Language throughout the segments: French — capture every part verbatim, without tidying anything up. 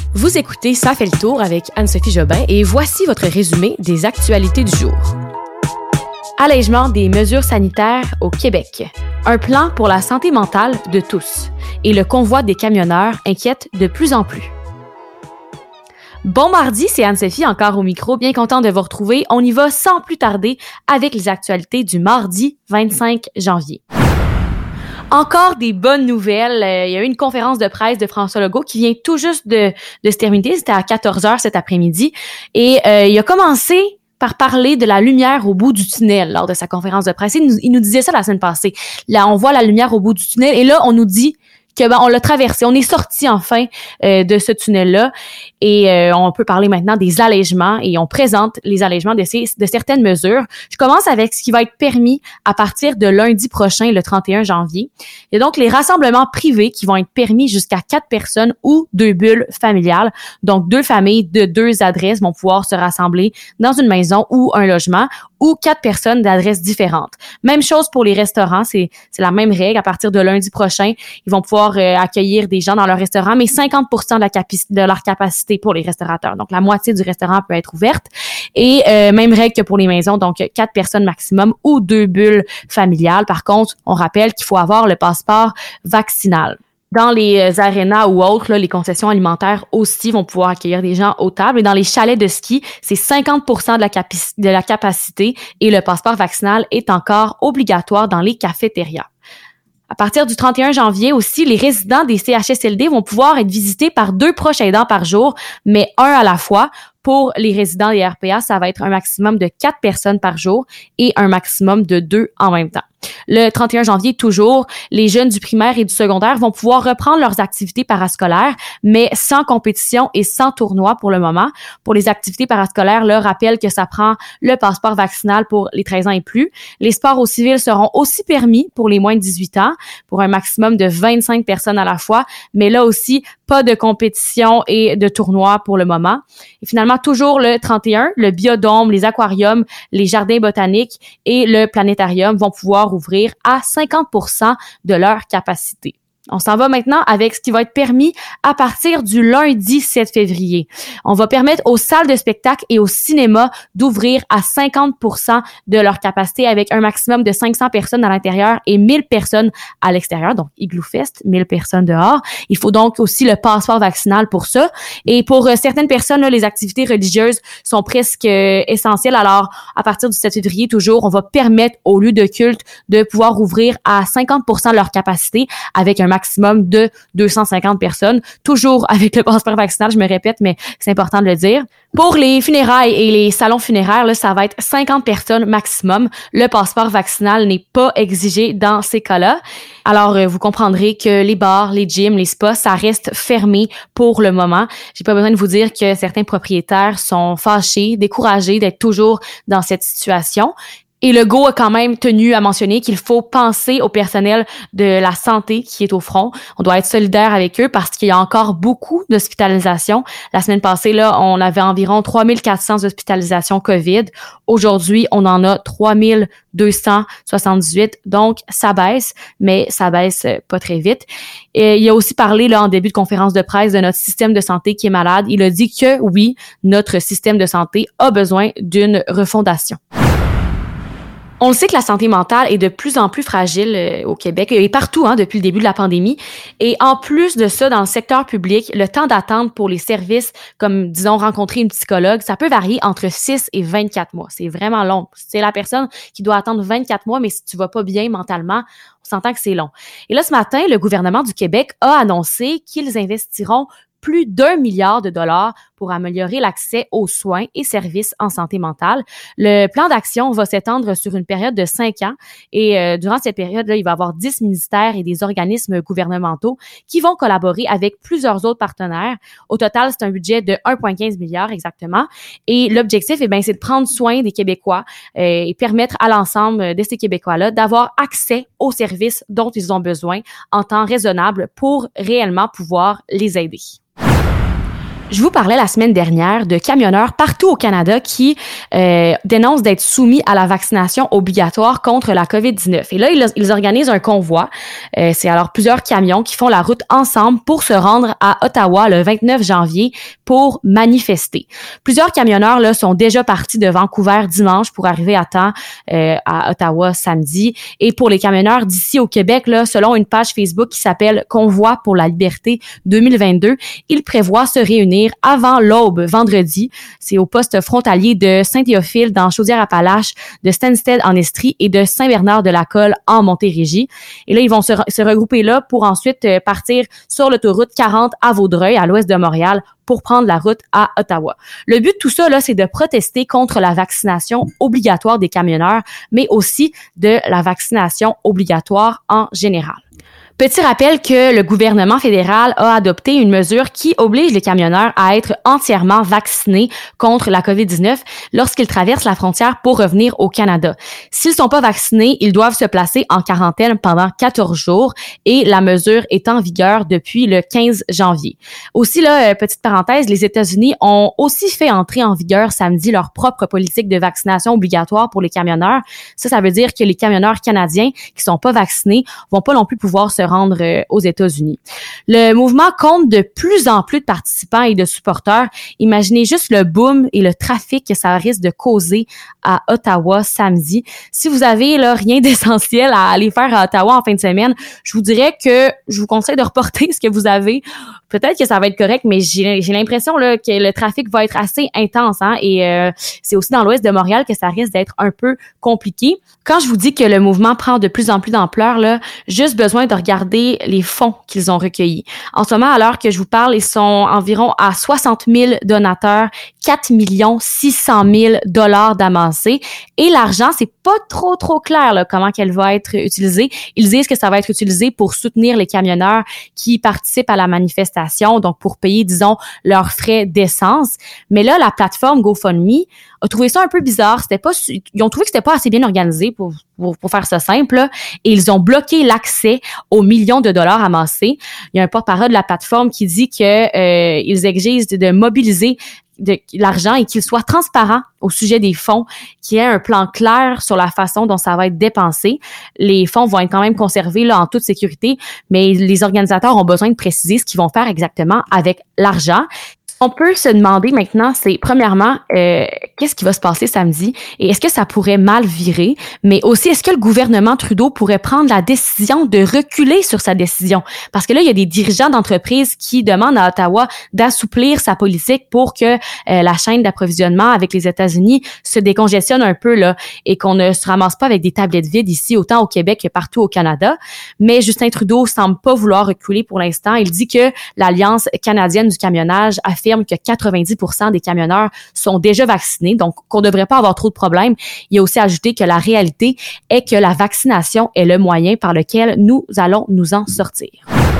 Vous écoutez Ça fait le tour avec Anne-Sophie Jobin et voici votre résumé des actualités du jour. Allègement des mesures sanitaires au Québec. Un plan pour la santé mentale de tous. Et le convoi des camionneurs inquiète de plus en plus. Bon mardi, c'est Anne-Sophie encore au micro, bien content de vous retrouver. On y va sans plus tarder avec les actualités du mardi vingt-cinq janvier. Encore des bonnes nouvelles. Euh, il y a eu une conférence de presse de François Legault qui vient tout juste de, de se terminer. C'était à quatorze heures cet après-midi. Et euh, il a commencé par parler de la lumière au bout du tunnel lors de sa conférence de presse. Il nous, il nous disait ça la semaine passée. Là, on voit la lumière au bout du tunnel et là, on nous dit que ben, on l'a traversé. On est sorti enfin euh, de ce tunnel-là et euh, on peut parler maintenant des allègements et on présente les allègements de, ces, de certaines mesures. Je commence avec ce qui va être permis à partir de lundi prochain, le trente et un janvier. Il y a donc les rassemblements privés qui vont être permis jusqu'à quatre personnes ou deux bulles familiales. Donc, deux familles de deux adresses vont pouvoir se rassembler dans une maison ou un logement ou quatre personnes d'adresses différentes. Même chose pour les restaurants, c'est, c'est la même règle. À partir de lundi prochain, ils vont pouvoir euh, accueillir des gens dans leur restaurant, mais cinquante pour cent de, la capi- de leur capacité pour les restaurateurs. Donc, la moitié du restaurant peut être ouverte. Et euh, même règle que pour les maisons, donc quatre personnes maximum ou deux bulles familiales. Par contre, on rappelle qu'il faut avoir le passeport vaccinal. Dans les arénas ou autres, là, les concessions alimentaires aussi vont pouvoir accueillir des gens aux tables. Et dans les chalets de ski, c'est cinquante pour cent de la, capi- de la capacité et le passeport vaccinal est encore obligatoire dans les cafétérias. À partir du trente et un janvier aussi, les résidents des C H S L D vont pouvoir être visités par deux proches aidants par jour, mais un à la fois. Pour les résidents des R P A, ça va être un maximum de quatre personnes par jour et un maximum de deux en même temps. Le trente et un janvier, toujours, les jeunes du primaire et du secondaire vont pouvoir reprendre leurs activités parascolaires, mais sans compétition et sans tournoi pour le moment. Pour les activités parascolaires, le rappel que ça prend le passeport vaccinal pour les treize ans et plus. Les sports au civil seront aussi permis pour les moins de dix-huit ans, pour un maximum de vingt-cinq personnes à la fois, mais là aussi, pas de compétition et de tournoi pour le moment. Et finalement, toujours le trente et un, le biodôme, les aquariums, les jardins botaniques et le planétarium vont pouvoir ouvrir à cinquante pour cent de leur capacité. On s'en va maintenant avec ce qui va être permis à partir du lundi sept février. On va permettre aux salles de spectacle et aux cinémas d'ouvrir à cinquante pour cent de leur capacité avec un maximum de cinq cents personnes à l'intérieur et mille personnes à l'extérieur. Donc, Igloo Fest, mille personnes dehors. Il faut donc aussi le passeport vaccinal pour ça. Et pour euh, certaines personnes, là, les activités religieuses sont presque euh, essentielles. Alors, à partir du sept février, toujours, on va permettre aux lieux de culte de pouvoir ouvrir à cinquante pour cent de leur capacité avec un maximum maximum de deux cent cinquante personnes, toujours avec le passeport vaccinal, je me répète, mais c'est important de le dire. Pour les funérailles et les salons funéraires, là, ça va être cinquante personnes maximum. Le passeport vaccinal n'est pas exigé dans ces cas-là. Alors, euh, vous comprendrez que les bars, les gyms, les spas, ça reste fermé pour le moment. J'ai pas besoin de vous dire que certains propriétaires sont fâchés, découragés d'être toujours dans cette situation. Et Legault a quand même tenu à mentionner qu'il faut penser au personnel de la santé qui est au front. On doit être solidaire avec eux parce qu'il y a encore beaucoup d'hospitalisations. La semaine passée, là, on avait environ trois mille quatre cents hospitalisations COVID. Aujourd'hui, on en a trois mille deux cent soixante-dix-huit. Donc, ça baisse, mais ça baisse pas très vite. Et il a aussi parlé, là, en début de conférence de presse de notre système de santé qui est malade. Il a dit que oui, notre système de santé a besoin d'une refondation. On le sait que la santé mentale est de plus en plus fragile euh, au Québec et partout hein, depuis le début de la pandémie. Et en plus de ça, dans le secteur public, le temps d'attente pour les services, comme disons rencontrer une psychologue, ça peut varier entre six et vingt-quatre mois. C'est vraiment long. C'est la personne qui doit attendre vingt-quatre mois, mais si tu vas pas bien mentalement, on s'entend que c'est long. Et là, ce matin, le gouvernement du Québec a annoncé qu'ils investiront plus d'un milliard de dollars pour améliorer l'accès aux soins et services en santé mentale. Le plan d'action va s'étendre sur une période de cinq ans et euh, durant cette période-là, il va y avoir dix ministères et des organismes gouvernementaux qui vont collaborer avec plusieurs autres partenaires. Au total, c'est un budget de un virgule quinze milliard exactement. Et l'objectif, eh bien, c'est de prendre soin des Québécois euh, et permettre à l'ensemble de ces Québécois-là d'avoir accès aux services dont ils ont besoin en temps raisonnable pour réellement pouvoir les aider. Je vous parlais la semaine dernière de camionneurs partout au Canada qui euh, dénoncent d'être soumis à la vaccination obligatoire contre la covid dix-neuf. Et là, ils, ils organisent un convoi. Euh, c'est alors plusieurs camions qui font la route ensemble pour se rendre à Ottawa le vingt-neuf janvier pour manifester. Plusieurs camionneurs là sont déjà partis de Vancouver dimanche pour arriver à temps euh, à Ottawa samedi. Et pour les camionneurs d'ici au Québec, là, selon une page Facebook qui s'appelle Convoi pour la liberté deux mille vingt-deux, ils prévoient se réunir avant l'aube vendredi. C'est au poste frontalier de Saint-Théophile dans Chaudière-Appalaches, de Stansted en Estrie et de Saint-Bernard-de-la-Colle en Montérégie. Et là, ils vont se, re- se regrouper là pour ensuite euh, partir sur l'autoroute quarante à Vaudreuil, à l'ouest de Montréal, pour prendre la route à Ottawa. Le but de tout ça, là, c'est de protester contre la vaccination obligatoire des camionneurs, mais aussi de la vaccination obligatoire en général. Petit rappel que le gouvernement fédéral a adopté une mesure qui oblige les camionneurs à être entièrement vaccinés contre la covid dix-neuf lorsqu'ils traversent la frontière pour revenir au Canada. S'ils sont pas vaccinés, ils doivent se placer en quarantaine pendant quatorze jours et la mesure est en vigueur depuis le quinze janvier. Aussi, là, petite parenthèse, les États-Unis ont aussi fait entrer en vigueur samedi leur propre politique de vaccination obligatoire pour les camionneurs. Ça, ça veut dire que les camionneurs canadiens qui sont pas vaccinés vont pas non plus pouvoir se rendre euh, aux États-Unis. Le mouvement compte de plus en plus de participants et de supporters. Imaginez juste le boom et le trafic que ça risque de causer à Ottawa samedi. Si vous avez là rien d'essentiel à aller faire à Ottawa en fin de semaine, je vous dirais que je vous conseille de reporter ce que vous avez. Peut-être que ça va être correct, mais j'ai, j'ai l'impression là que le trafic va être assez intense, hein, et euh, c'est aussi dans l'ouest de Montréal que ça risque d'être un peu compliqué. Quand je vous dis que le mouvement prend de plus en plus d'ampleur, là, juste besoin de regarder les fonds qu'ils ont recueillis. En ce moment, à l'heure que je vous parle, ils sont environ à soixante mille donateurs, quatre millions six cent mille dollars d'amassés, et l'argent, c'est pas trop trop clair là, comment qu'elle va être utilisée. Ils disent que ça va être utilisé pour soutenir les camionneurs qui participent à la manifestation, donc pour payer, disons, leurs frais d'essence. Mais là, la plateforme GoFundMe a trouvé ça un peu bizarre. C'était pas, ils ont trouvé que c'était pas assez bien organisé pour, pour, pour faire ça simple, là, et ils ont bloqué l'accès aux millions de dollars amassés. Il y a un porte-parole de la plateforme qui dit que euh, ils exigent de, de mobiliser de l'argent et qu'il soit transparent au sujet des fonds, qu'il y ait un plan clair sur la façon dont ça va être dépensé. Les fonds vont être quand même conservés là en toute sécurité, mais les organisateurs ont besoin de préciser ce qu'ils vont faire exactement avec l'argent. On peut se demander maintenant, c'est premièrement, euh, qu'est-ce qui va se passer samedi et est-ce que ça pourrait mal virer, mais aussi est-ce que le gouvernement Trudeau pourrait prendre la décision de reculer sur sa décision? Parce que là, il y a des dirigeants d'entreprises qui demandent à Ottawa d'assouplir sa politique pour que euh, la chaîne d'approvisionnement avec les États-Unis se décongestionne un peu là et qu'on ne se ramasse pas avec des tablettes vides ici, autant au Québec que partout au Canada. Mais Justin Trudeau semble pas vouloir reculer pour l'instant. Il dit que l'Alliance canadienne du camionnage a fait que quatre-vingt-dix pour cent des camionneurs sont déjà vaccinés, donc qu'on ne devrait pas avoir trop de problèmes. Il a aussi ajouté que la réalité est que la vaccination est le moyen par lequel nous allons nous en sortir.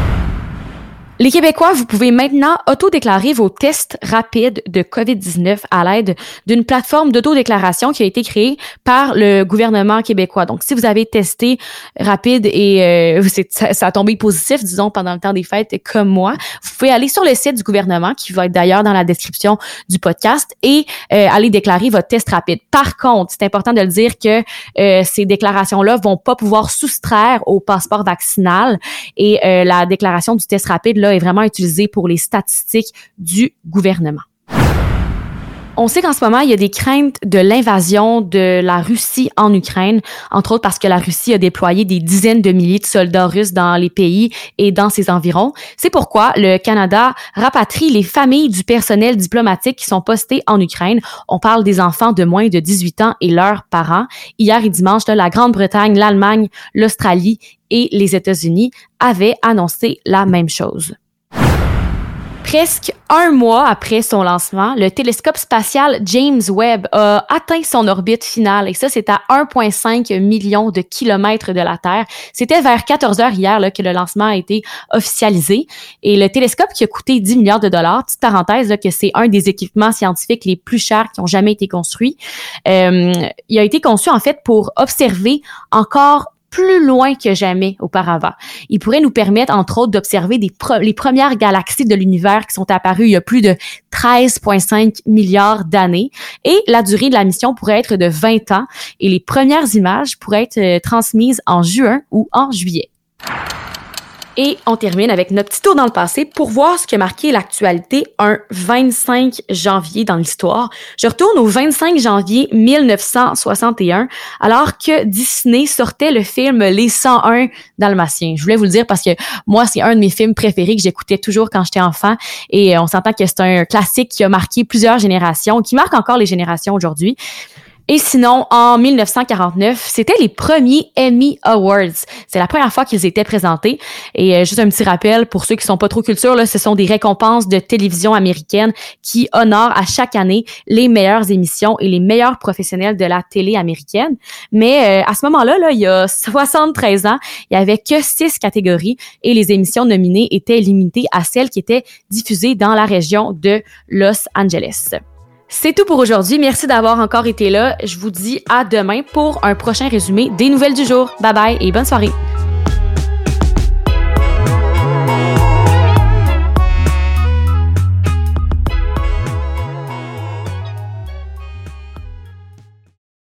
Les Québécois, vous pouvez maintenant autodéclarer vos tests rapides de covid dix-neuf à l'aide d'une plateforme d'autodéclaration qui a été créée par le gouvernement québécois. Donc, si vous avez testé rapide et euh, c'est, ça, ça a tombé positif, disons, pendant le temps des fêtes, comme moi, vous pouvez aller sur le site du gouvernement, qui va être d'ailleurs dans la description du podcast, et euh, aller déclarer votre test rapide. Par contre, c'est important de le dire que euh, ces déclarations-là vont pas pouvoir soustraire au passeport vaccinal, et euh, la déclaration du test rapide, là, est vraiment utilisé pour les statistiques du gouvernement. On sait qu'en ce moment, il y a des craintes de l'invasion de la Russie en Ukraine, entre autres parce que la Russie a déployé des dizaines de milliers de soldats russes dans les pays et dans ses environs. C'est pourquoi le Canada rapatrie les familles du personnel diplomatique qui sont postés en Ukraine. On parle des enfants de moins de dix-huit ans et leurs parents. Hier et dimanche, là, la Grande-Bretagne, l'Allemagne, l'Australie et les États-Unis avaient annoncé la même chose. Presque un mois après son lancement, le télescope spatial James Webb a atteint son orbite finale et ça, c'est à un virgule cinq million de kilomètres de la Terre. C'était vers quatorze heures hier là, que le lancement a été officialisé et le télescope qui a coûté dix milliards de dollars, petite parenthèse là, que c'est un des équipements scientifiques les plus chers qui ont jamais été construits, euh, il a été conçu en fait pour observer encore plus loin que jamais auparavant. Il pourrait nous permettre, entre autres, d'observer des pro- les premières galaxies de l'univers qui sont apparues il y a plus de treize virgule cinq milliards d'années. Et la durée de la mission pourrait être de vingt ans et les premières images pourraient être euh, transmises en juin ou en juillet. Et on termine avec notre petit tour dans le passé pour voir ce qui a marqué l'actualité un vingt-cinq janvier dans l'histoire. Je retourne au vingt-cinq janvier mille neuf cent soixante et un, alors que Disney sortait le film Les cent un Dalmatiens. Je voulais vous le dire parce que moi, c'est un de mes films préférés que j'écoutais toujours quand j'étais enfant. Et on s'entend que c'est un classique qui a marqué plusieurs générations, qui marque encore les générations aujourd'hui. Et sinon, en mille neuf cent quarante-neuf, c'était les premiers Emmy Awards. C'est la première fois qu'ils étaient présentés. Et euh, juste un petit rappel, pour ceux qui sont pas trop culture, là, ce sont des récompenses de télévision américaine qui honorent à chaque année les meilleures émissions et les meilleurs professionnels de la télé américaine. Mais euh, à ce moment-là, là, il y a soixante-treize ans, il y avait que six catégories et les émissions nominées étaient limitées à celles qui étaient diffusées dans la région de Los Angeles. C'est tout pour aujourd'hui. Merci d'avoir encore été là. Je vous dis à demain pour un prochain résumé des nouvelles du jour. Bye bye et bonne soirée.